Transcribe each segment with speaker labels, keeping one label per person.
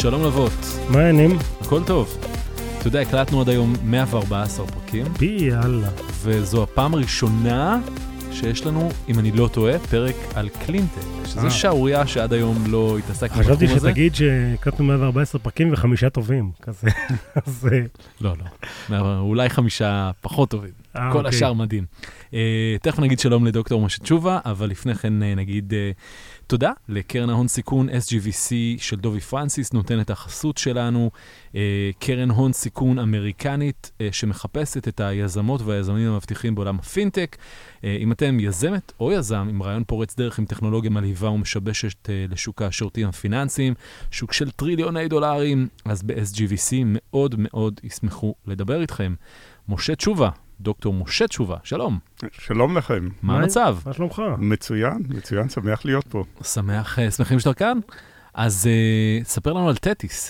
Speaker 1: שלום לבות.
Speaker 2: מה העניינים?
Speaker 1: הכל טוב. אתה יודע, הקלטנו עד היום 114 פרקים.
Speaker 2: יאללה.
Speaker 1: וזו הפעם הראשונה שיש לנו, אם אני לא טועה, פרק על קלינטק. שזו שעוריה שעד היום לא התעסקנו בתחום הזה.
Speaker 2: חשבתי שתגיד שהקלטנו 114 פרקים ו5 טובים. כזה.
Speaker 1: לא. אולי 5 פחות טובים. כל השאר מדהים. תכף נגיד שלום לדוקטור משה תשובה, אבל לפני כן נגיד תודה לקרן ההון סיכון SGVC של דובי פרנסיס, נותנת החסות שלנו, קרן הון סיכון אמריקנית שמחפשת את היזמות והיזמים המבטיחים בעולם הפינטק. אם אתם יזמת או יזם עם רעיון פורץ דרך עם טכנולוגיה מלהיבה ומשבשת לשוק השירותים הפיננסיים, שוק של $טריליוני, אז ב-SGVC מאוד מאוד ישמחו לדבר איתכם. משה תשובה, דוקטור משה תשובה, שלום.
Speaker 3: שלום לכם.
Speaker 1: מה המצב?
Speaker 2: מה שלומך?
Speaker 3: מצוין, שמח להיות פה.
Speaker 1: שמחים שאתה כאן. אז ספר לנו על תטיס.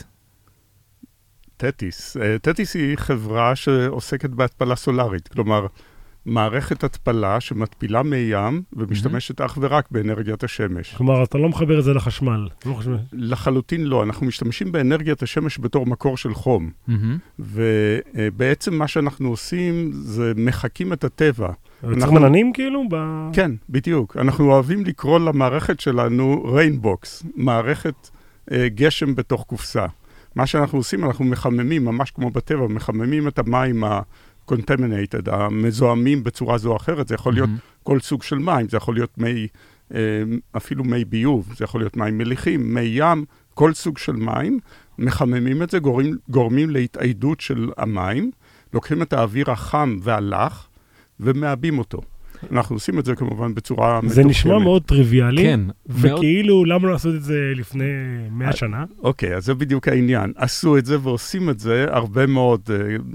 Speaker 3: תטיס היא חברה שעוסקת בהתפלה סולרית, כלומר, מערכת התפלה שמתפילה מי ים ומשתמשת אך ורק באנרגיית השמש.
Speaker 2: כלומר, אתה לא מחבר את זה לחשמל.
Speaker 3: לחלוטין לא, אנחנו משתמשים באנרגיית השמש בתור מקור של חום. ובעצם מה שאנחנו עושים זה מחקים את הטבע.
Speaker 2: צריך מננים כאילו?
Speaker 3: כן, בדיוק. אנחנו אוהבים לקרוא למערכת שלנו ריינבוקס, מערכת גשם בתוך קופסה. מה שאנחנו עושים, אנחנו מחממים, ממש כמו בטבע, מחממים את המים contaminated, המזוהמים בצורה זו או אחרת, זה יכול להיות כל סוג של מים, זה יכול להיות אפילו מי ביוב, זה יכול להיות מים מליחים, מי ים, כל סוג של מים, מחממים את זה, גורמים להתאיידות של המים, לוקחים את האוויר החם והלח, ומאבים אותו. אנחנו עושים את זה כמובן בצורה מתוחכמת.
Speaker 2: זה נשמע מאוד טריוויאלי,
Speaker 1: כן,
Speaker 2: וכאילו למה לא לעשות את זה לפני 100 שנה?
Speaker 3: אוקיי, אז זה בדיוק העניין. עשו את זה ועושים את זה הרבה מאוד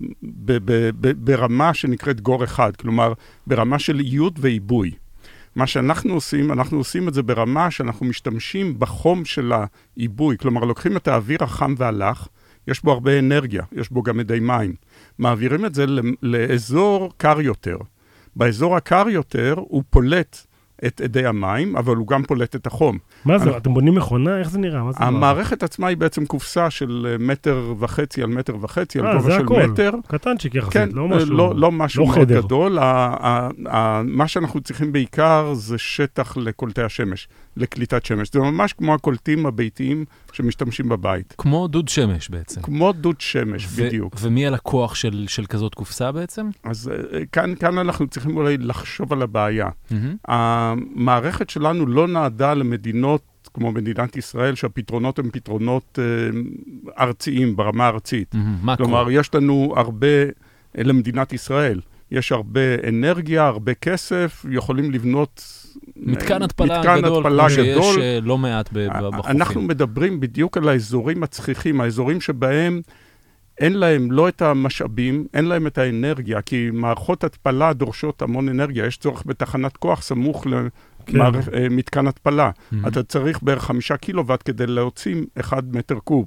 Speaker 3: ברמה שנקראת גור אחד, כלומר ברמה של איות ועיבוי. מה שאנחנו עושים את זה ברמה שאנחנו משתמשים בחום של העיבוי, כלומר לוקחים את האוויר החם והלח, יש בו הרבה אנרגיה, יש בו גם מדי מים, מעבירים את זה לאזור קר יותר. באזור הקר יותר הוא פולט את עדי המים, אבל הוא גם פולט את החום.
Speaker 2: מה זה? אתם בונים מכונה? איך זה נראה?
Speaker 3: המערכת עצמה היא בעצם קופסה של 1.5 מטר על 1.5 מטר, על גובה של מטר.
Speaker 2: קטנצ'יק יחסית,
Speaker 3: כן, לא משהו מאוד גדול. מה שאנחנו צריכים בעיקר זה שטח לקולטי השמש, לקליטת שמש. זה ממש כמו הקולטים הביתיים שמשתמשים בבית.
Speaker 1: כמו דוד שמש בעצם.
Speaker 3: כמו דוד שמש, בדיוק.
Speaker 1: ומי הלקוח של כזאת קופסה בעצם?
Speaker 3: אז כאן אנחנו צריכים אולי לחשוב על הבעיה. המערכת שלנו לא נועדה למדינות כמו מדינת ישראל, שהפתרונות הם פתרונות ארציים, ברמה ארצית. כלומר, יש לנו הרבה, למדינת ישראל, יש הרבה אנרגיה, הרבה כסף, יכולים לבנות
Speaker 1: מתקן התפלה גדול, כמו שיש לא מעט בחופים.
Speaker 3: אנחנו מדברים בדיוק על האזורים הצחיחים, האזורים שבהם אין להם לא את המשאבים, אין להם את האנרגיה, כי מערכות התפלה דורשות המון אנרגיה, יש צורך בתחנת כוח סמוך למתקן התפלה. אתה צריך בערך 5 קילוואט כדי להוציא 1 מטר קוב.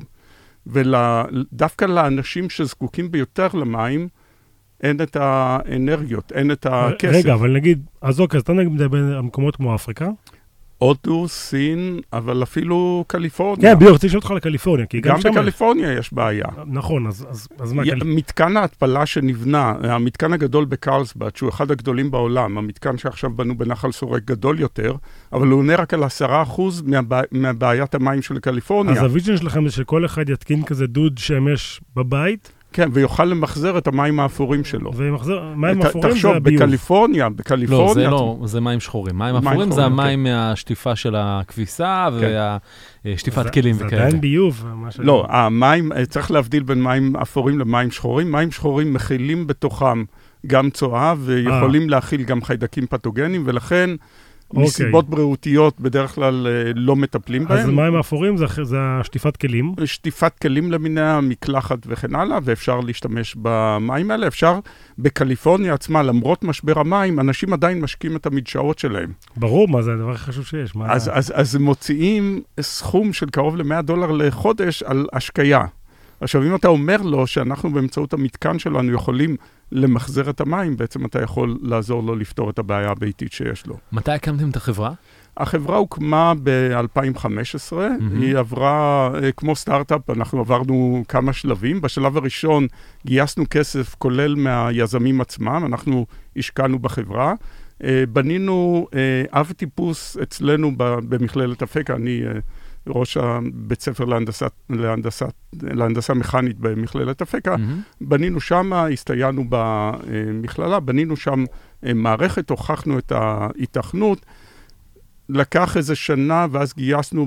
Speaker 3: ודווקא לאנשים שזקוקים ביותר למים, אין את האנרגיות, אין את הכסף.
Speaker 2: רגע, אבל נגיד, אז אוקיי, אז אתה נגיד מדבר על מקומות כמו אפריקה?
Speaker 3: הודו, סין, אבל אפילו קליפורניה.
Speaker 2: כן, בדיוק, צריך לשאול אותך לקליפורניה, כי
Speaker 3: גם בקליפורניה יש בעיה.
Speaker 2: נכון, אז מה?
Speaker 3: מתקן ההתפלה שנבנה, המתקן הגדול בקרלסבאד, שהוא אחד הגדולים בעולם, המתקן שעכשיו בנו בנחל סורק גדול יותר, אבל הוא עונה רק על 10% מהבעיית המים של קליפורניה.
Speaker 2: אז הוויז'ן שלכם זה שכל אחד יתקין כזה דוד שמש בבית?
Speaker 3: כן, ויוכל למחזר את המים האפורים שלו.
Speaker 2: מים אפורים זה
Speaker 3: תחשוב,
Speaker 2: הביוב.
Speaker 3: בקליפורניה...
Speaker 1: לא, זה מים שחורים. מים אפורים זה המים מהשטיפה של הכביסה והשטיפת כלים וכאלה.
Speaker 2: זה עדיין ביוב.
Speaker 3: לא, המים, צריך להבדיל בין מים אפורים למים שחורים. מים שחורים מכילים בתוכם גם צואה, ויכולים להכיל גם חיידקים פתוגנים, ולכן מסיבות בריאותיות בדרך כלל לא מטפלים בהם.
Speaker 2: אז מים האפורים זה השטיפת כלים?
Speaker 3: שטיפת כלים למיניה, מקלחת וכן הלאה, ואפשר להשתמש במים האלה. אפשר בקליפורניה עצמה, למרות משבר המים, אנשים עדיין משקים את המדשאות שלהם.
Speaker 2: ברור, מה זה הדבר הכי חשוב שיש.
Speaker 3: אז הם מוציאים סכום של קרוב $100 לחודש על השקיה. עכשיו, אם אתה אומר לו שאנחנו באמצעות המתקן שלנו יכולים למחזר את המים, בעצם אתה יכול לעזור לו לפתור את הבעיה הביתית שיש לו.
Speaker 1: מתי הקמתם את החברה?
Speaker 3: החברה הוקמה ב-2015, היא עברה, כמו סטארט-אפ, אנחנו עברנו כמה שלבים. בשלב הראשון גייסנו כסף כולל מהיזמים עצמם, אנחנו השקענו בחברה. בנינו אב טיפוס אצלנו במכללת אפקה, אני ראש הבית ספר להנדסה מכנית במכללת אפקה. בנינו שם, הסתייענו במכללה, בנינו שם מערכת, הוכחנו את ההיתכנות, לקח איזה שנה, ואז גייסנו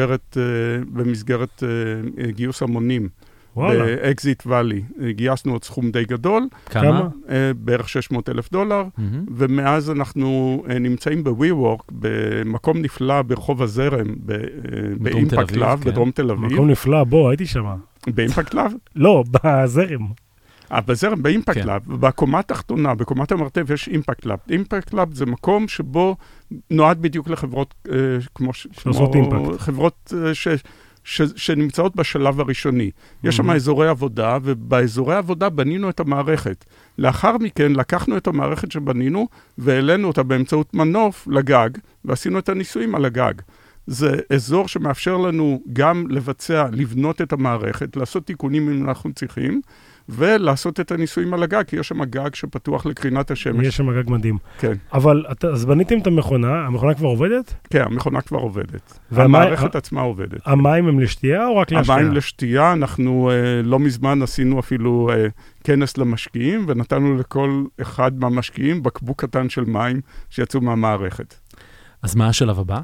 Speaker 3: במסגרת גיוס המונים. באקזיט ואלי. גייסנו עוד סכום די גדול.
Speaker 1: כמה?
Speaker 3: בערך $600,000, ומאז אנחנו נמצאים ב-WeWork, במקום נפלא ברחוב הזרם, באימפקט לאב, בדרום תל אביב.
Speaker 2: מקום נפלא, בוא, הייתי שם.
Speaker 3: באימפקט לאב?
Speaker 2: לא, בזרם.
Speaker 3: בזרם, באימפקט לאב. בקומה התחתונה, בקומת המרתף, יש אימפקט לאב. אימפקט לאב זה מקום שבו נועד בדיוק לחברות כמו חברות שנמצאות בשלב הראשוני. יש שם אזורי עבודה, ובאזורי עבודה בנינו את המערכת. לאחר מכן לקחנו את המערכת שבנינו, והעלינו אותה באמצעות מנוף לגג, ועשינו את הניסויים על הגג. זה אזור שמאפשר לנו גם לבנות את המערכת, לעשות תיקונים אם אנחנו צריכים, ולעשות את הניסויים על הגג, כי יש שם גג שפתוח לקרינת השמש.
Speaker 2: יש שם גג מדהים.
Speaker 3: כן.
Speaker 2: אבל אז בניתם את המכונה, המכונה כבר עובדת?
Speaker 3: כן, המכונה כבר עובדת. המערכת עצמה עובדת.
Speaker 2: המים הם לשתייה או רק לשתייה?
Speaker 3: המים לשתייה, אנחנו לא מזמן עשינו אפילו כנס למשקיעים, ונתנו לכל אחד מהמשקיעים בקבוק קטן של מים שיצאו מהמערכת.
Speaker 1: אז מה השלב הבא?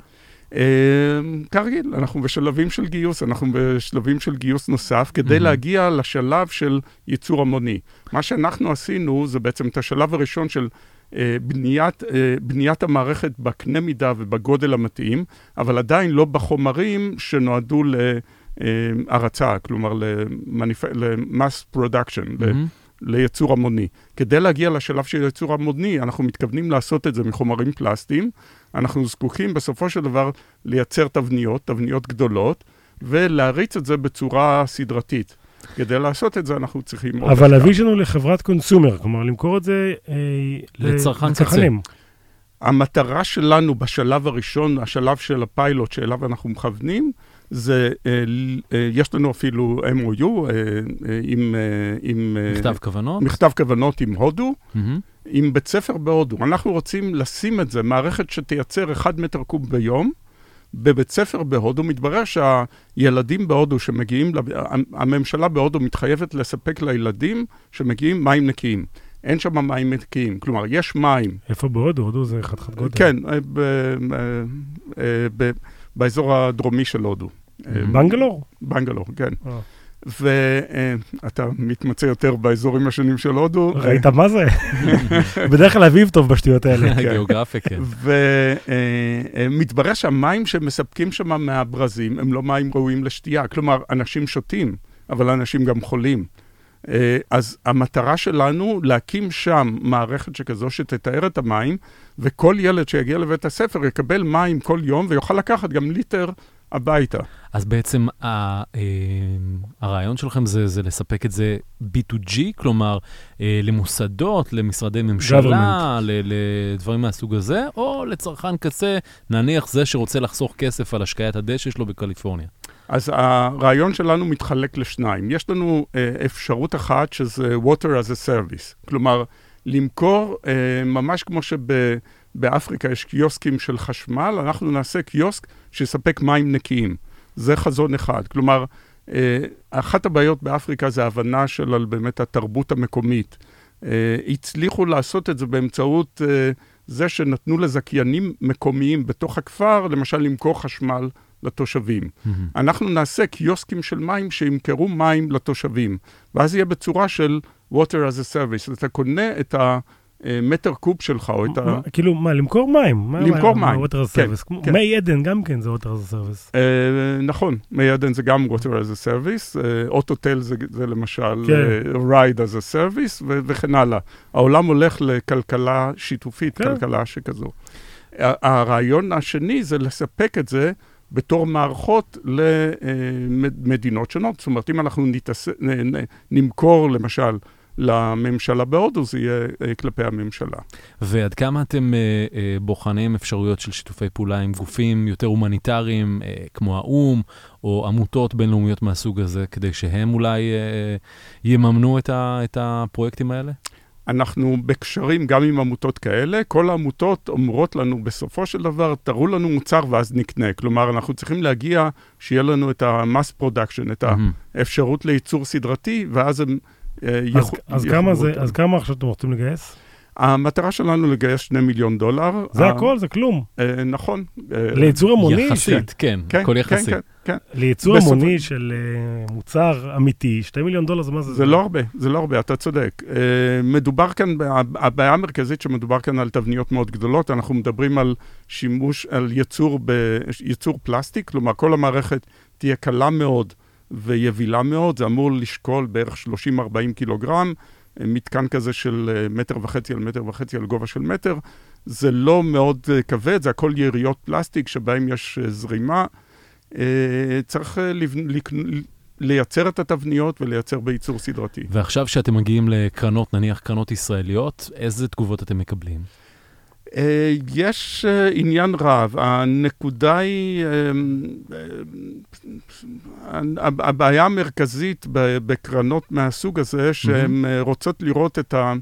Speaker 3: כרגיל, אנחנו בשלבים של גיוס, אנחנו בשלבים של גיוס נוסף, כדי להגיע לשלב של ייצור המוני. מה שאנחנו עשינו, זה בעצם את השלב הראשון של בניית המערכת בקנה מידה ובגודל המתאים, אבל עדיין לא בחומרים שנועדו להרצה, כלומר למס פרודקשן, לייצור המוני. כדי להגיע לשלב של ייצור המוני, אנחנו מתכוונים לעשות את זה מחומרים פלסטיים. אנחנו זקוקים בסופו של דבר לייצר תבניות גדולות, ולהריץ את זה בצורה סדרתית. כדי לעשות את זה אנחנו צריכים...
Speaker 2: אבל הוויז'ן הוא לחברת קונסומר, כלומר למכור את זה
Speaker 1: לצרכנים.
Speaker 3: המטרה שלנו בשלב הראשון, השלב של הפיילוט שאליו אנחנו מכוונים, זה, יש לנו אפילו MOU עם מכתב כוונות עם הודו, עם בית ספר בהודו. אנחנו רוצים לשים את זה, מערכת שתייצר 1 מטר קוב ביום, בבית ספר בהודו. מתברר שהילדים בהודו שמגיעים, הממשלה בהודו מתחייבת לספק לילדים שמגיעים מים נקיים. אין שם מים נקיים, כלומר, יש מים.
Speaker 2: איפה בהודו? הודו זה חתיכת גודל.
Speaker 3: כן, באזור הדרומי של הודו.
Speaker 2: בנגלור?
Speaker 3: בנגלור, כן. ואתה מתמצא יותר באזורים השונים של הודו.
Speaker 2: ראית מה זה? בדרך כלל אביב טוב בשטויות האלה.
Speaker 1: גיאוגרפיה, כן.
Speaker 3: ומתברר שהמים שמספקים שם מהברזים הם לא מים ראויים לשתייה. כלומר, אנשים שותים, אבל אנשים גם חולים. אז המטרה שלנו להקים שם מערכת שכזו שתתאר את המים, וכל ילד שיגיע לבית הספר יקבל מים כל יום, ויוכל לקחת גם ליטר הביתה.
Speaker 1: אז בעצם הרעיון שלכם זה לספק את זה B2G, כלומר למוסדות, למשרדי ממשלה, לדברים מהסוג הזה, או לצרכן קצה, נניח זה שרוצה לחסוך כסף על השקיית הדשא שלו בקליפורניה.
Speaker 3: אז הרעיון שלנו מתחלק לשניים. יש לנו אפשרות אחת שזה Water as a Service. כלומר, למכור ממש כמו שבאפריקה יש קיוסקים של חשמל, אנחנו נעשה קיוסק שיספק מים נקיים. זה חזון אחד. כלומר, אחת הבעיות באפריקה זה ההבנה של באמת התרבות המקומית. הצליחו לעשות את זה באמצעות זה שנתנו לזכיינים מקומיים בתוך הכפר, למשל למכור חשמל לתושבים. אנחנו נעשה קיוסקים של מים שימכרו מים לתושבים, ואז יהיה בצורה של water as a service. אתה קונה את המטר קוב שלך, או את ה...
Speaker 2: כאילו, מה, למכור מים?
Speaker 3: למכור מים,
Speaker 2: כן. מי עדן גם כן זה water as a service.
Speaker 3: נכון, מי עדן זה גם water as a service, אוטוטל זה למשל ride as a service, וכן הלאה. העולם הולך לכלכלה שיתופית, כלכלה שכזו. הרעיון השני זה לספק את זה בתור מערכות למדינות שונות. זאת אומרת, אם אנחנו נמכור למשל לממשלה בהודו, זה יהיה כלפי הממשלה.
Speaker 1: ועד כמה אתם בוחנים אפשרויות של שיתופי פעולה עם גופים יותר הומניטריים, כמו האום, או עמותות בינלאומיות מהסוג הזה, כדי שהם אולי יממנו את הפרויקטים האלה?
Speaker 3: אנחנו בקשרים גם עם עמותות כאלה. כל העמותות אומרות לנו בסופו של דבר, תראו לנו מוצר ואז נקנה. כלומר, אנחנו צריכים להגיע שיהיה לנו את ה-mass production, את האפשרות לייצור סדרתי, ואז הם
Speaker 2: אז כמה עכשיו אתם רוצים לגייס?
Speaker 3: המטרה שלנו לגייס $2 מיליון.
Speaker 2: זה הכל, זה כלום.
Speaker 3: נכון.
Speaker 2: לייצור המוני?
Speaker 1: יחסית, כן, הכל יחסי.
Speaker 2: לייצור המוני של מוצר אמיתי, $2 מיליון זה מה זה?
Speaker 3: זה לא הרבה, אתה צודק. מדובר כאן, הבעיה המרכזית שמדובר כאן על תבניות מאוד גדולות, אנחנו מדברים על שימוש, על ייצור פלסטיק, כלומר כל המערכת תהיה קלה מאוד ויבילה מאוד, זה אמור לשקול בערך 30-40 קילוגרם, מתקן כזה של 1.5 על 1.5 על גובה של מטר, זה לא מאוד כבד, זה הכל יריות פלסטיק שבהם יש זרימה, צריך לייצר את התבניות ולייצר בייצור סדרתי.
Speaker 1: ועכשיו שאתם מגיעים לקרנות, נניח קרנות ישראליות, איזה תגובות אתם מקבלים?
Speaker 3: יש עניין רב. הנקודה היא, הבעיה המרכזית בקרנות מהסוג הזה, שהן רוצות לראות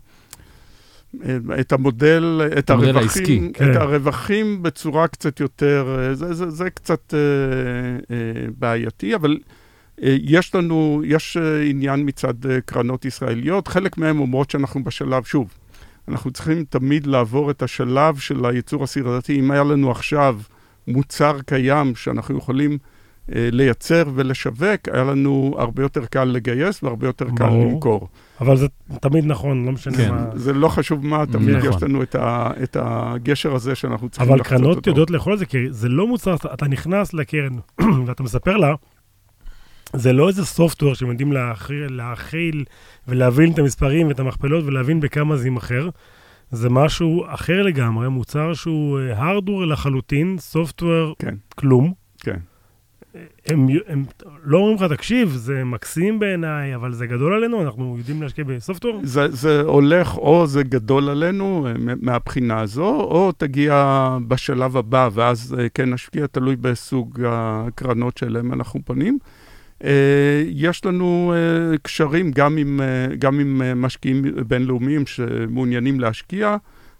Speaker 3: את המודל, את הרווחים, את הרווחים בצורה קצת יותר, זה קצת בעייתי, אבל יש עניין מצד קרנות ישראליות, חלק מהן אומרות שאנחנו בשלב, שוב, אנחנו צריכים תמיד לעבור את השלב של הייצור הסדרתי. אם היה לנו עכשיו מוצר קיים שאנחנו יכולים לייצר ולשווק, היה לנו הרבה יותר קל לגייס והרבה יותר קל למכור.
Speaker 2: אבל זה תמיד נכון, לא משנה מה.
Speaker 3: זה לא חשוב מה, תמיד יש לנו את הגשר הזה שאנחנו צריכים
Speaker 2: לחצות אותו. אבל קרנות יודעות לאכול את זה, כי זה לא מוצר, אתה נכנס לקרן ואתה מספר לה, זה לא איזה סופטוור שהם יודעים להכיל ולהבין את המספרים ואת המכפלות ולהבין בכמה זה ימחר. זה משהו אחר לגמרי, מוצר שהוא הארדוור לחלוטין, סופטוור, כלום.
Speaker 3: כן.
Speaker 2: הם לא אומרים לך, תקשיב, זה מקסים בעיניי, אבל זה גדול עלינו, אנחנו יודעים להשקיע בסופטוור?
Speaker 3: זה הולך, או זה גדול עלינו מהבחינה הזו, או תגיע בשלב הבא, ואז כן נשקיע, תלוי בסוג הקרנות שלהם אנחנו פונים. יש לנו קשרים גם עם משקיעים בינלאומיים שמעוניינים להשקיע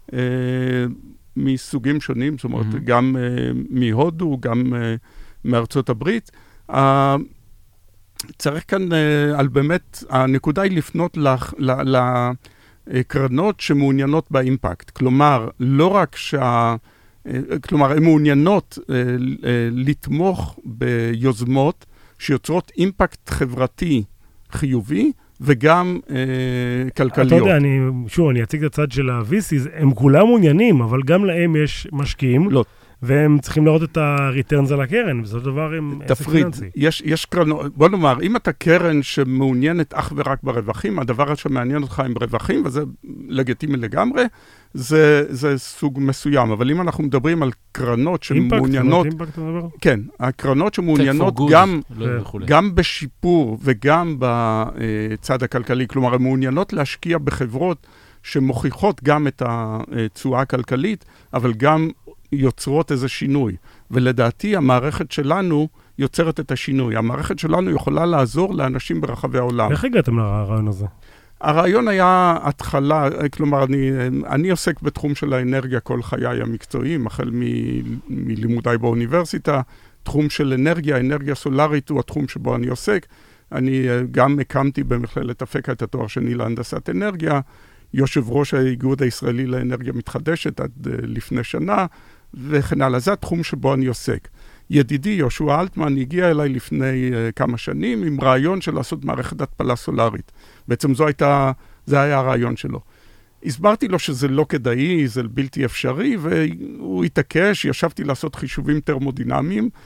Speaker 3: מסוגים שונים, זאת אומרת, גם מהודו, גם מארצות הברית. צריך כאן, על באמת, הנקודה היא לפנות לקרנות שמעוניינות באימפקט. כלומר, לא רק כלומר, הן מעוניינות לתמוך ביוזמות שיוצרות אימפקט חברתי חיובי, וגם כלכליות.
Speaker 2: אתה יודע, אני אציג את הצד של ה-VCs, הם כולם מעוניינים, אבל גם להם יש משקיעים, והם צריכים לראות את ה-returns על הקרן, בסופו של דבר הם עסק פיננסי.
Speaker 3: יש קרנות, בוא נאמר, אם אתה קרן שמעוניינת אך ורק ברווחים, הדבר שמעניין אותך עם רווחים, וזה לגיטימי לגמרי, זה סוג מסוים, אבל אם אנחנו מדברים על קרנות שמעוניינות, כן, הקרנות שמעוניינות גם בשיפור וגם בצד הכלכלי, כלומר, הן מעוניינות להשקיע בחברות שמוכיחות גם את התשואה הכלכלית, אבל גם יוצרות איזה שינוי. ולדעתי, המערכת שלנו יוצרת את השינוי. המערכת שלנו יכולה לעזור לאנשים ברחבי העולם.
Speaker 2: איך הגעתם לרעיון הזה?
Speaker 3: הרעיון היה התחלה, כלומר, אני עוסק בתחום של האנרגיה כל חיי המקצועיים, החל מלימודיי באוניברסיטה, תחום של אנרגיה סולארית הוא התחום שבו אני עוסק. אני גם הקמתי במכללת אפקה את התואר שני להנדסת אנרגיה, יושב ראש האיגוד הישראלי לאנרגיה מתחדשת עד לפני שנה, וכן הלאה. זה התחום שבו אני עוסק. ידידי יהושע אלטמן הגיע אליי לפני כמה שנים עם רעיון של לעשות מערכת התפלה סולארית. בעצם זה היה הרעיון שלו. הסברתי לו שזה לא כדאי, זה בלתי אפשרי, והוא התעקש, ישבתי לעשות חישובים טרמודינמיים,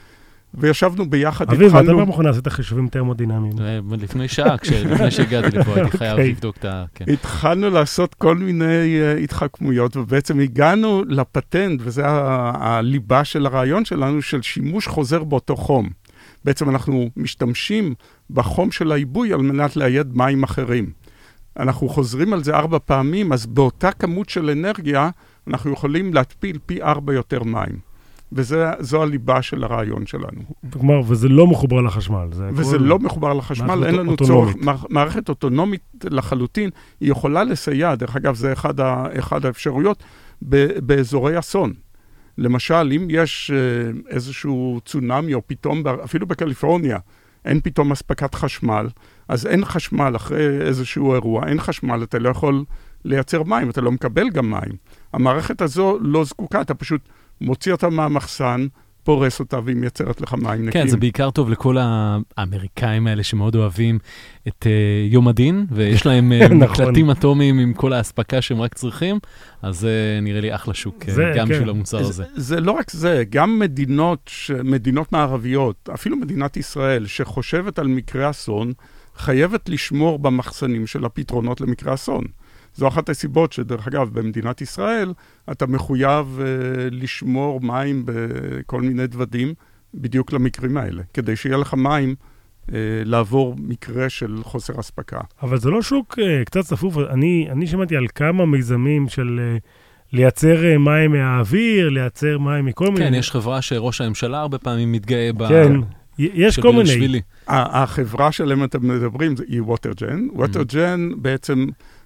Speaker 3: וישבנו ביחד,
Speaker 2: אביב, אתה כבר מוכן לעשות את החישובים טרמודינמיים.
Speaker 1: לפני שעה, לפני שהגעתי לפה, הייתי חייב לבדוק את ה...
Speaker 3: התחלנו לעשות כל מיני התחכמויות, ובעצם הגענו לפטנט, וזה הליבה של הרעיון שלנו, של שימוש חוזר באותו חום. בעצם אנחנו משתמשים בחום של העיבוי על מנת להייד מים אחרים. אנחנו חוזרים על זה 4 פעמים, אז באותה כמות של אנרגיה, אנחנו יכולים להתפיל פי 4 יותר מים. וזו הליבה של הרעיון שלנו.
Speaker 2: כלומר, וזה לא מחובר לחשמל.
Speaker 3: וזה לא מחובר לחשמל, אין לנו צורך. מערכת אוטונומית לחלוטין, היא יכולה לסייע, דרך אגב, זה אחד האפשרויות, באזורי אסון. למשל, אם יש איזשהו צונמי, או פתאום, אפילו בקליפורניה, אין פתאום אספקת חשמל, אז אין חשמל אחרי איזשהו אירוע, אין חשמל, אתה לא יכול לייצר מים, אתה לא מקבל גם מים. המערכת הזו לא זקוקה, אתה פשוט מוציא אותה מהמחסן, פורס אותה והיא מייצרת לך מים נקיים.
Speaker 1: כן, זה בעיקר טוב לכל האמריקאים האלה שמאוד אוהבים את יום הדין, ויש להם מקלטים אטומיים עם כל ההספקה שהם רק צריכים, אז זה נראה לי אחלה שוק, גם בשביל המוצר הזה.
Speaker 3: זה לא רק זה, גם מדינות מערביות, אפילו מדינת ישראל, שחושבת על מקרה אסון, חייבת לשמור במחסנים של הפתרונות למקרה אסון. זו אחת הסיבות שדרך אגב במדינת ישראל אתה מחויב לשמור מים בכל מיני דוודים בדיוק למקרים האלה, כדי שיהיה לך מים לעבור מקרה של חוסר הספקה.
Speaker 2: אבל זה לא שוק קצת צפוף, אני שמעתי על כמה מיזמים של לייצר מים מהאוויר, לייצר מים מכל מיני...
Speaker 1: כן, יש חברה שראש הממשלה הרבה פעמים מתגאה בה...
Speaker 2: כן. יש כל מיני.
Speaker 3: החברה שלהם אתם מדברים היא ווטרג'ן. ווטרג'ן בעצם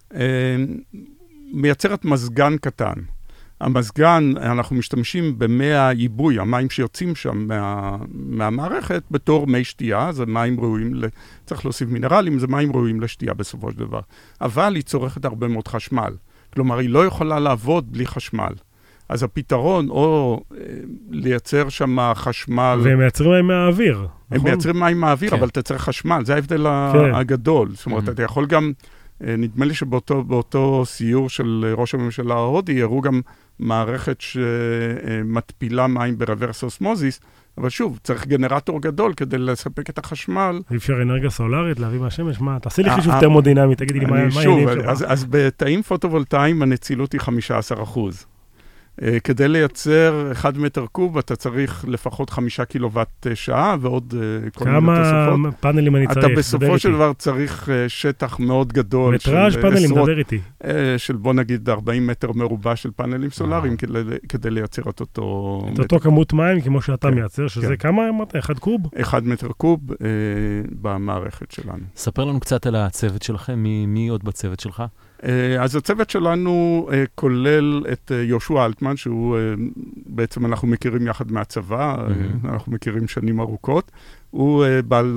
Speaker 3: מייצרת מזגן קטן. המזגן, אנחנו משתמשים במי העיבוי, המים שיוצאים שם מהמערכת, בתור מי שתייה, זה מים ראויים, צריך להוסיף מינרלים, זה מים ראויים לשתייה בסופו של דבר. אבל היא צורכת הרבה מאוד חשמל. כלומר, היא לא יכולה לעבוד בלי חשמל. אז הפתרון, או לייצר שם חשמל...
Speaker 2: והם מייצרים מים מהאוויר.
Speaker 3: הם מייצרים מים מהאוויר, אבל אתה צריך חשמל, זה ההבדל הגדול. זאת אומרת, אתה יכול גם... נדמה לי שבאותו סיור של ראש הממשלה ההודי, הראו גם מערכת שמטפילה מים ברוורס אוסמוזיס, אבל שוב, צריך גנרטור גדול כדי לספק את החשמל.
Speaker 2: אי אפשר אנרגיה סולארית להביא מהשמש? מה? תעשי לי חישוב טרמודינמי, תגידי לי מה העניינים שלך.
Speaker 3: אז בתאים פוטו-וולטאיים הנצילות היא 15%. כדי לייצר 1 מטר קוב, אתה צריך לפחות 5 קילוואט שעה, ועוד כל מיני תוספות.
Speaker 2: כמה פאנלים אני צריך?
Speaker 3: אתה בסופו של דבר צריך שטח מאוד גדול.
Speaker 2: מטראז' פאנלים, דבר איתי.
Speaker 3: של בוא נגיד 40 מטר מרובע של פאנלים סולאריים, כדי לייצר את אותו...
Speaker 2: את אותו כמות מים, כמו שאתה מייצר, שזה כמה? 1 קוב?
Speaker 3: 1 מטר קוב במערכת שלנו.
Speaker 1: ספר לנו קצת על הצוות שלכם, מי עוד בצוות שלך?
Speaker 3: אז הצוות שלנו כולל את יהושע אלטמן, שהוא בעצם אנחנו מכירים יחד מהצבא, אנחנו מכירים שנים ארוכות. הוא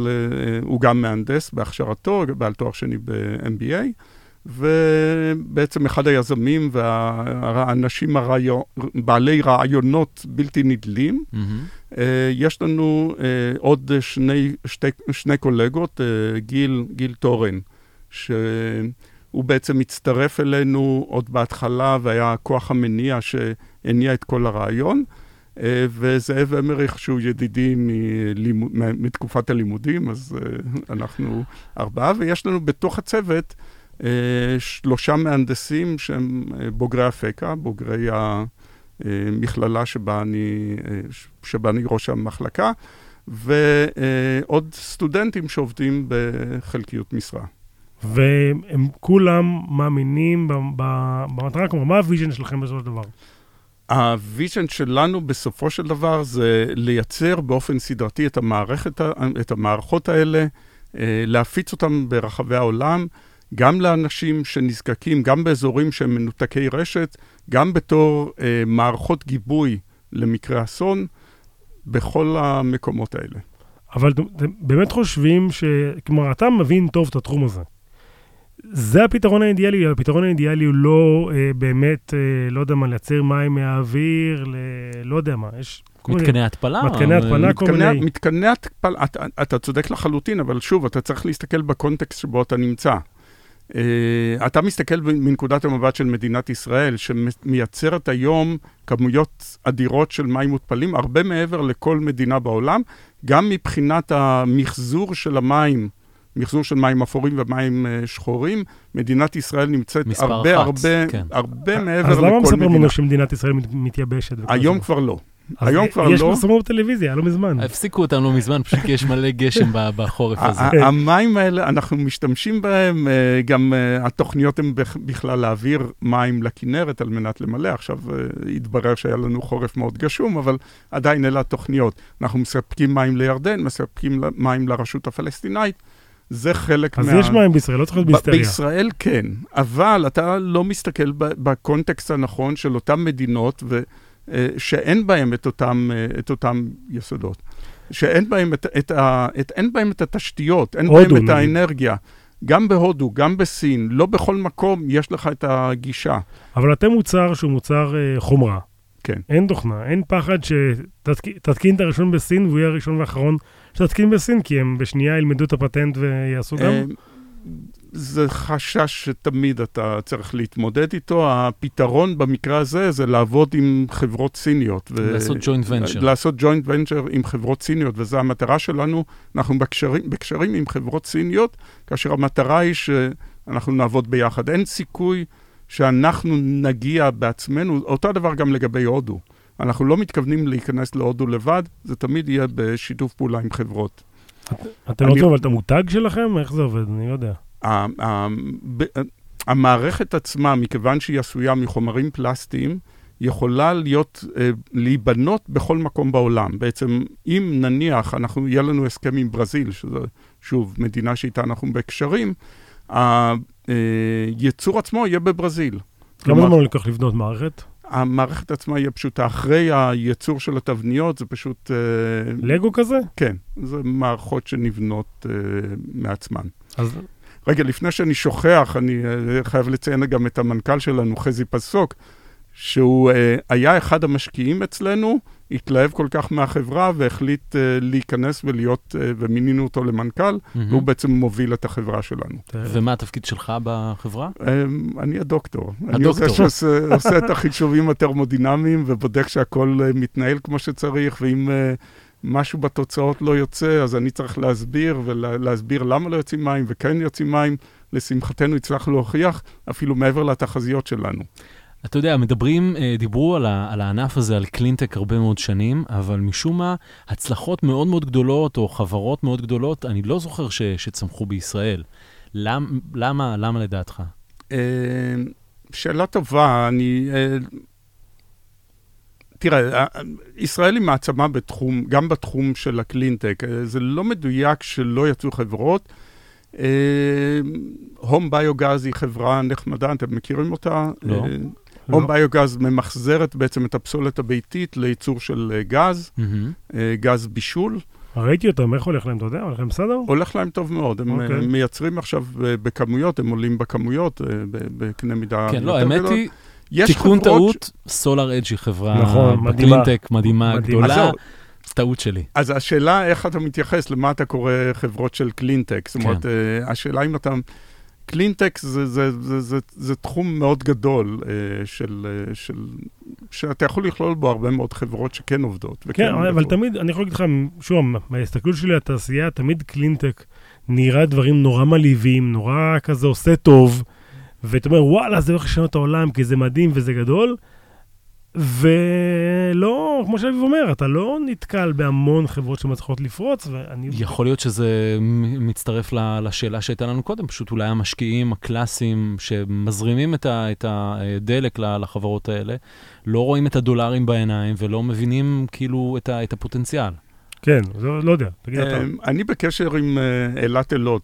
Speaker 3: גם מהנדס בהכשרתו, בעל תואר שני ב-MBA, ובעצם אחד היזמים והאנשים בעלי רעיונות בלתי נדלים. יש לנו עוד שני קולגות, גיל תורן, הוא בעצם הצטרף אלינו עוד בהתחלה, והיה הכוח המניע שהניע את כל הרעיון, וזאב אמריך, שהוא ידידי מתקופת הלימודים, אז אנחנו 4, ויש לנו בתוך הצוות 3 מהנדסים שהם בוגרי אפקה, בוגרי המכללה שבה אני ראש המחלקה, ועוד סטודנטים שעובדים בחלקיות משרה.
Speaker 2: והם כולם מאמינים במטרה, כלומר, מה הוויז'ן שלכם בסופו של דבר?
Speaker 3: הוויז'ן שלנו בסופו של דבר זה לייצר באופן סדרתי את המערכות האלה, להפיץ אותם ברחבי העולם, גם לאנשים שנזקקים, גם באזורים שהם מנותקי רשת, גם בתור מערכות גיבוי למקרה אסון, בכל המקומות האלה.
Speaker 2: אבל אתם באמת חושבים כלומר, אתה מבין טוב את התחום הזה. זה הפתרון האידיאלי, הפתרון האידיאלי הוא לא באמת, לא יודע מה, לייצר מים מהאוויר, לא יודע מה, יש...
Speaker 1: מתקני התפלה?
Speaker 2: מתקני התפלה, כל מיני.
Speaker 3: מתקני התפלה, אתה צודק לחלוטין, אבל שוב, אתה צריך להסתכל בקונטקסט שבו אתה נמצא. אתה מסתכל מנקודת המבט של מדינת ישראל, שמייצרת היום כמויות אדירות של מים מותפלים, הרבה מעבר לכל מדינה בעולם, גם מבחינת המחזור של המים, מחזור של מים אפורים ומים שחורים, מדינת ישראל נמצאת הרבה מעבר לכל מדינה.
Speaker 2: אז למה מספרים לנו שמדינת ישראל מתייבשת?
Speaker 3: היום כבר לא. היום כבר לא.
Speaker 2: יש פרסמו בטלוויזיה, לא מזמן.
Speaker 1: הפסיקו אותם לא מזמן, פשוט כי יש מלא גשם בחורף הזה.
Speaker 3: המים האלה, אנחנו משתמשים בהם, גם התוכניות הן בכלל להעביר מים לכנרת על מנת למלא. עכשיו התברר שהיה לנו חורף מאוד גשום, אבל עדיין אלה התוכניות. אנחנו מספקים מים לירדן, מספקים מים לרשות הפלסטינאית. זה חלק
Speaker 2: אז יש מים בישראל, לא צריך להיות בהיסטריה.
Speaker 3: בישראל כן, אבל אתה לא מסתכל בקונטקסט הנכון של אותן מדינות שאין בהם את אותם יסודות, שאין בהם אין בהם את התשתיות, אין בהם את האנרגיה. גם בהודו, גם בסין, לא בכל מקום יש לך את הגישה.
Speaker 2: אבל אתם מוצר שהוא מוצר חומרה.
Speaker 3: כן.
Speaker 2: אין תוכנה, אין פחד שתתקין את הראשון בסין, והוא יהיה הראשון והאחרון שתתקין בסין, כי הם בשנייה ילמדו את הפטנט ויעשו גם?
Speaker 3: זה חשש שתמיד אתה צריך להתמודד איתו. הפתרון במקרה הזה זה לעבוד עם חברות סיניות.
Speaker 1: לעשות ג'וינט ונצ'ר.
Speaker 3: לעשות ג'וינט ונצ'ר עם חברות סיניות, וזו המטרה שלנו. אנחנו בקשרים עם חברות סיניות, כאשר המטרה היא שאנחנו נעבוד ביחד. אין סיכוי שאנחנו נגיע בעצמנו, אותו דבר גם לגבי הודו. אנחנו לא מתכוונים להיכנס להודו לבד, זה תמיד יהיה בשיתוף פעולה עם חברות.
Speaker 2: אתם לא רוצים אבל את המותג שלכם? איך זה עובד? אני לא יודע.
Speaker 3: המערכת עצמה, מכיוון שהיא עשויה מחומרים פלסטיים, יכולה להיבנות בכל מקום בעולם. בעצם, אם נניח, יהיה לנו הסכם עם ברזיל, שזה שוב מדינה שאיתה אנחנו בקשרים, הייצור עצמו יהיה בברזיל.
Speaker 2: כמה זמן לקח לבנות מערכת?
Speaker 3: המערכת עצמה יהיה פשוט אחרי הייצור של התבניות, זה פשוט...
Speaker 2: לגו כזה?
Speaker 3: כן, זה מערכות שנבנות מעצמן.
Speaker 2: אז...
Speaker 3: רגע, לפני שאני שוכח, אני חייב לציין גם את המנכ"ל שלנו, חזי פסוק, שהוא היה אחד המשקיעים אצלנו, התלהב כל כך מהחברה והחליט להיכנס ולהיות, ומינינו אותו למנכ"ל, והוא בעצם מוביל את החברה שלנו.
Speaker 1: ומה התפקיד שלך בחברה?
Speaker 3: אני הדוקטור. אני עושה את החישובים הטרמודינמיים ובודק שהכל מתנהל כמו שצריך, ואם משהו בתוצאות לא יוצא, אז אני צריך להסביר, ולהסביר למה לא יוצאים מים וכן יוצאים מים. לשמחתנו הצלחנו להוכיח אפילו מעבר לתחזיות שלנו.
Speaker 1: אתה יודע, דיברו על הענף הזה, על קלינטק הרבה מאוד שנים, אבל משום מה, הצלחות מאוד מאוד גדולות, או חברות מאוד גדולות, אני לא זוכר שצמחו בישראל. למה לדעתך?
Speaker 3: שאלה טובה, תראה, ישראל היא מעצמה גם בתחום של הקלינטק. זה לא מדויק שלא יצאו חברות. הום ביוגז היא חברה נחמדה, אתם מכירים אותה?
Speaker 1: לא.
Speaker 3: הום ביוגז ממחזרת בעצם את הפסולת הביתית לייצור של גז, גז בישול.
Speaker 2: ראיתי אותם, איך הולך להם, אתה יודע? הולך להם בסדר?
Speaker 3: הולך להם טוב מאוד, הם מייצרים עכשיו בכמויות, הם עולים בכמויות, בקנה מידה
Speaker 1: כן, לא, האמת היא, תיקון טעות, סולר אדג' היא חברה בקלינטק מדהימה, גדולה. טעות שלי.
Speaker 3: אז השאלה איך אתה מתייחס, למה אתה קורא חברות של קלינטק? זאת אומרת, השאלה אם אתה... קלינטק זה תחום מאוד גדול שאתה יכול לכלול בו הרבה מאוד חברות שכן עובדות.
Speaker 2: כן, אבל תמיד, אני יכול להגיד לך, שוב, מההסתכלות שלי לתעשייה, תמיד קלינטק נראה דברים נורא מלהיבים, נורא כזה עושה טוב, ואתה אומר, וואלה, זה הולך לשנות את העולם, כי זה מדהים וזה גדול, ולא, כמו שאביב אומר, אתה לא נתקל בהמון חברות שמצליחות לפרוץ,
Speaker 1: יכול להיות שזה מצטרף לשאלה שהייתה לנו קודם, פשוט אולי המשקיעים הקלאסיים שמזרימים את הדלק לחברות האלה, לא רואים את הדולרים בעיניים ולא מבינים כאילו את הפוטנציאל.
Speaker 2: כן, לא יודע, תגיד אתה.
Speaker 3: אני בקשר עם אלת אלות,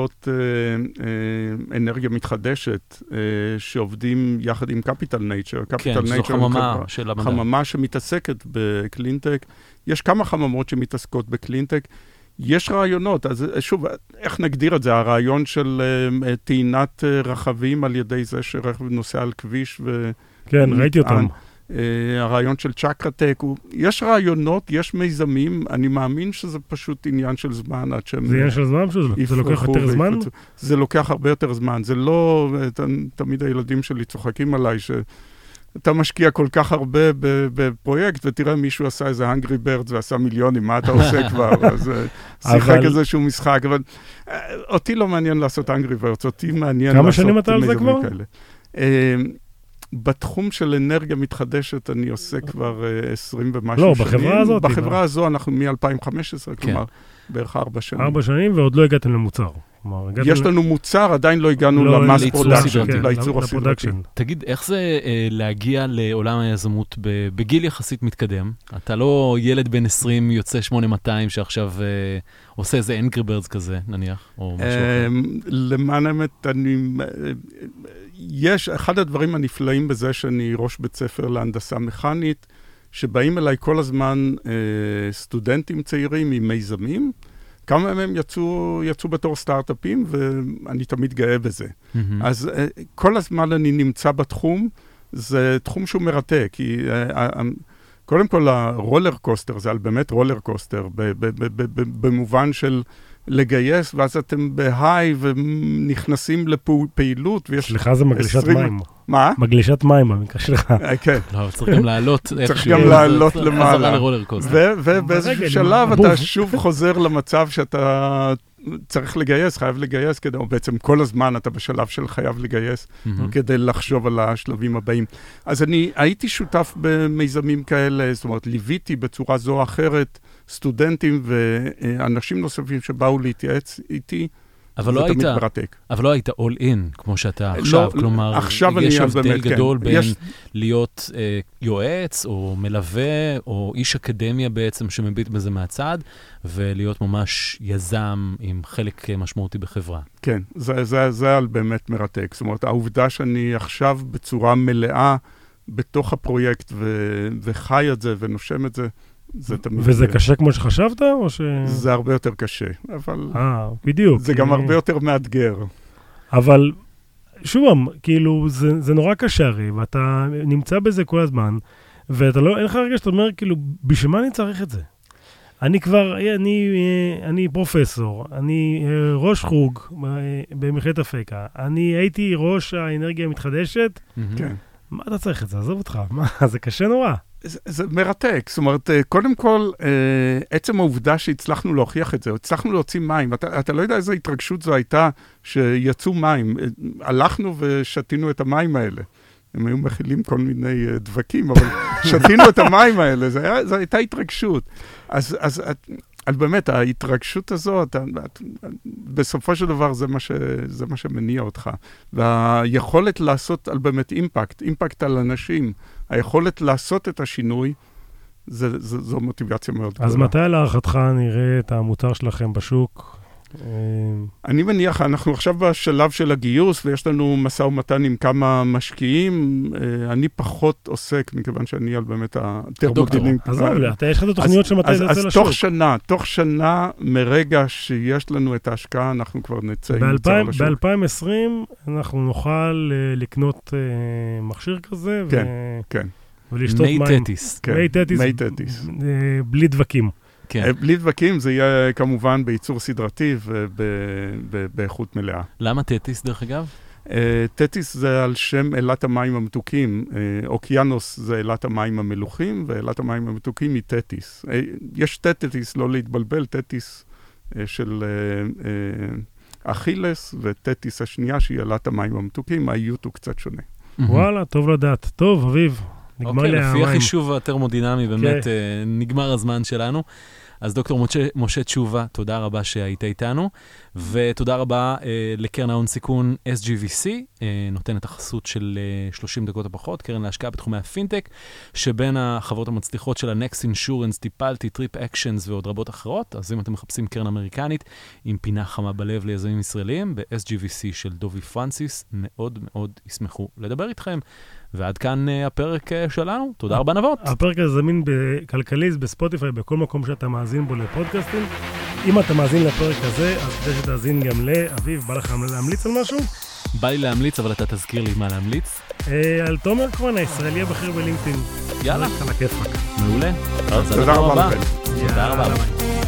Speaker 3: אנרגיה מתחדשת, שעובדים יחד עם קפיטל נייצ'ר.
Speaker 1: כן, זו חממה של המדע.
Speaker 3: חממה שמתעסקת בקלינטק. יש כמה חממות שמתעסקות בקלינטק. יש רעיונות, אז שוב, איך נגדיר את זה? הרעיון של טעינת רכבים על ידי זה שרכב נוסע על כביש
Speaker 2: כן, ראיתי אותם.
Speaker 3: הרעיון של צ'קרטק, יש רעיונות, יש מיזמים, אני מאמין שזה פשוט עניין של זמן עד שהם...
Speaker 2: זה עניין של זמן? זה לוקח יותר זמן?
Speaker 3: זה לוקח הרבה יותר זמן, זה לא... תמיד הילדים שלי צוחקים עליי אתה משקיע כל כך הרבה בפרויקט, ותראה מישהו עשה איזה Angry Birds ועשה מיליונים, מה אתה עושה כבר? אז שיחק איזשהו משחק, אבל אותי לא מעניין לעשות Angry Birds, אותי מעניין
Speaker 2: לעשות... כמה שנים אתה על זה כבר?
Speaker 3: בתחום של אנרגיה מתחדשת אני עושה כבר 20 ומשהו
Speaker 2: שנים.
Speaker 3: לא,
Speaker 2: בחברה הזאת?
Speaker 3: בחברה הזו אנחנו מ-2015, כלומר, בערך 4 שנים.
Speaker 2: 4 שנים ועוד לא הגעתם למוצר.
Speaker 3: יש לנו מוצר, עדיין לא הגענו למס פרודקשן, לייצור הסדרתי.
Speaker 1: תגיד, איך זה להגיע לעולם היזמות בגיל יחסית מתקדם? אתה לא ילד בן 20 יוצא 8200 שעכשיו עושה איזה Angry Birds כזה, נניח, או משהו אחר.
Speaker 3: למען האמת, אחד הדברים הנפלאים בזה שאני ראש בית ספר להנדסה מכנית, שבאים אליי כל הזמן סטודנטים צעירים עם מיזמים, כמה מהם יצאו בתור סטארט-אפים, ואני תמיד גאה בזה. אז כל הזמן אני נמצא בתחום, זה תחום שהוא מרתק, כי קודם כל הרולר קוסטר, זה באמת רולר קוסטר, במובן של לגייס, ואז אתם בהיי ונכנסים לפעילות, ויש...
Speaker 2: סליחה, זה מגלישת מים.
Speaker 3: מה?
Speaker 2: מגלישת מים, במקרה שלך.
Speaker 3: כן.
Speaker 1: לא, צריך גם לעלות איכשהו.
Speaker 3: צריך גם לעלות למעלה.
Speaker 1: ובאיזשהו
Speaker 3: שלב אתה שוב חוזר למצב שאתה צריך לגייס, חייב לגייס, או בעצם כל הזמן אתה בשלב של חייב לגייס, כדי לחשוב על השלבים הבאים. אז אני הייתי שותף במיזמים כאלה, זאת אומרת, ליוויתי בצורה זו או אחרת, סטודנטים ואנשים נוספים שבאו להתייעץ איתי, זה תמיד מרתק.
Speaker 1: אבל לא היית all in, כמו שאתה עכשיו, כלומר, יש הבדל גדול בין להיות יועץ, או מלווה, או איש אקדמיה בעצם שמביט בזה מהצד, ולהיות ממש יזם עם חלק משמעותי בחברה.
Speaker 3: כן, זה באמת מרתק. זאת אומרת, העובדה שאני עכשיו בצורה מלאה בתוך הפרויקט, וחי את זה ונושם את זה,
Speaker 2: וזה קשה כמו שחשבת, או ש...
Speaker 3: זה הרבה יותר קשה, אבל...
Speaker 2: בדיוק.
Speaker 3: זה גם הרבה יותר מאתגר.
Speaker 2: אבל, שוב, כאילו, זה נורא קשה הרי, ואתה נמצא בזה כל הזמן, ואתה לא, אין לך רגע שאתה אומר, כאילו, בשביל מה אני צריך את זה? אני פרופסור, אני ראש חוג במכללת אפקה, אני הייתי ראש האנרגיה המתחדשת,
Speaker 3: כן.
Speaker 2: מה אתה צריך את זה? עזוב אותך, זה קשה נורא.
Speaker 3: זה מרתק, זאת אומרת, קודם כל, עצם העובדה שהצלחנו להוכיח את זה, הצלחנו להוציא מים, אתה לא יודע איזו התרגשות זו הייתה שיצאו מים, הלכנו ושתינו את המים האלה, הם היו מכילים כל מיני דבקים, אבל שתינו את המים האלה, זו הייתה התרגשות. אז באמת, ההתרגשות הזאת, בסופו של דבר זה מה שמניע אותך. והיכולת לעשות על באמת אימפקט על אנשים, היכולת לעשות את השינוי, זו מוטיבציה מאוד גדולה.
Speaker 2: אז מתי להערכתך נראה את המוצר שלכם בשוק?
Speaker 3: אני מניח, אנחנו עכשיו בשלב של הגיוס, ויש לנו משא ומתן עם כמה משקיעים. אני פחות עוסק, מכיוון שאני על באמת הטרמודילים.
Speaker 2: עזוב, יש לך את התוכניות שמתי זה יוצא לשוק.
Speaker 3: אז תוך שנה, מרגע שיש לנו את ההשקעה, אנחנו כבר נצא עם מוצר לשוק.
Speaker 2: ב-2020 אנחנו נוכל לקנות מכשיר כזה,
Speaker 3: כן.
Speaker 2: ולשתות מים.
Speaker 3: מי תטיס.
Speaker 2: בלי דבקים.
Speaker 3: בלי דבקים, זה יהיה כמובן בייצור סדרתי ובאיכות מלאה.
Speaker 1: למה תטיס דרך אגב?
Speaker 3: תטיס זה על שם אלת המים המתוקים. אוקיינוס זה אלת המים המלוחים, ואלת המים המתוקים היא תטיס. יש תטיס, לא להתבלבל, תטיס של אכילס, ותטיס השנייה שהיא אלת המים המתוקים, האיות הוא קצת שונה.
Speaker 2: וואלה, טוב לדעת. טוב, אביב.
Speaker 1: אוקיי, לפי החישוב הטרמודינמי, באמת נגמר הזמן שלנו. אז דוקטור משה תשובה, תודה רבה שהיית איתנו, ותודה רבה לקרן ההון סיכון SGVC, נותנת החסות של 30 דקות הפחות, קרן להשקעה בתחומי הפינטק, שבין החברות המצליחות של ה-Next Insurance, טיפלתי, טריפ אקשנס ועוד רבות אחרות, אז אם אתם מחפשים קרן אמריקנית עם פינה חמה בלב ליזמים ישראלים, ב-SGVC של דובי פרנסיס, מאוד מאוד ישמחו לדבר איתכם. ועד כאן הפרק שלנו. תודה רבה נבות.
Speaker 2: הפרק הזה זמין בכלכליסט, בספוטיפיי, בכל מקום שאתה מאזין בו לפודקאסטים. אם אתה מאזין לפרק הזה, אז כדי שתאזין גם לאביב, בא לך להמליץ על משהו?
Speaker 1: בא לי להמליץ, אבל אתה תזכיר לי מה להמליץ.
Speaker 2: על תומר כהן, הישראלי הבכיר בלינקדאין.
Speaker 1: יאללה.
Speaker 2: על הכיפק.
Speaker 1: מעולה.
Speaker 3: תודה רבה לכם.
Speaker 1: תודה רבה.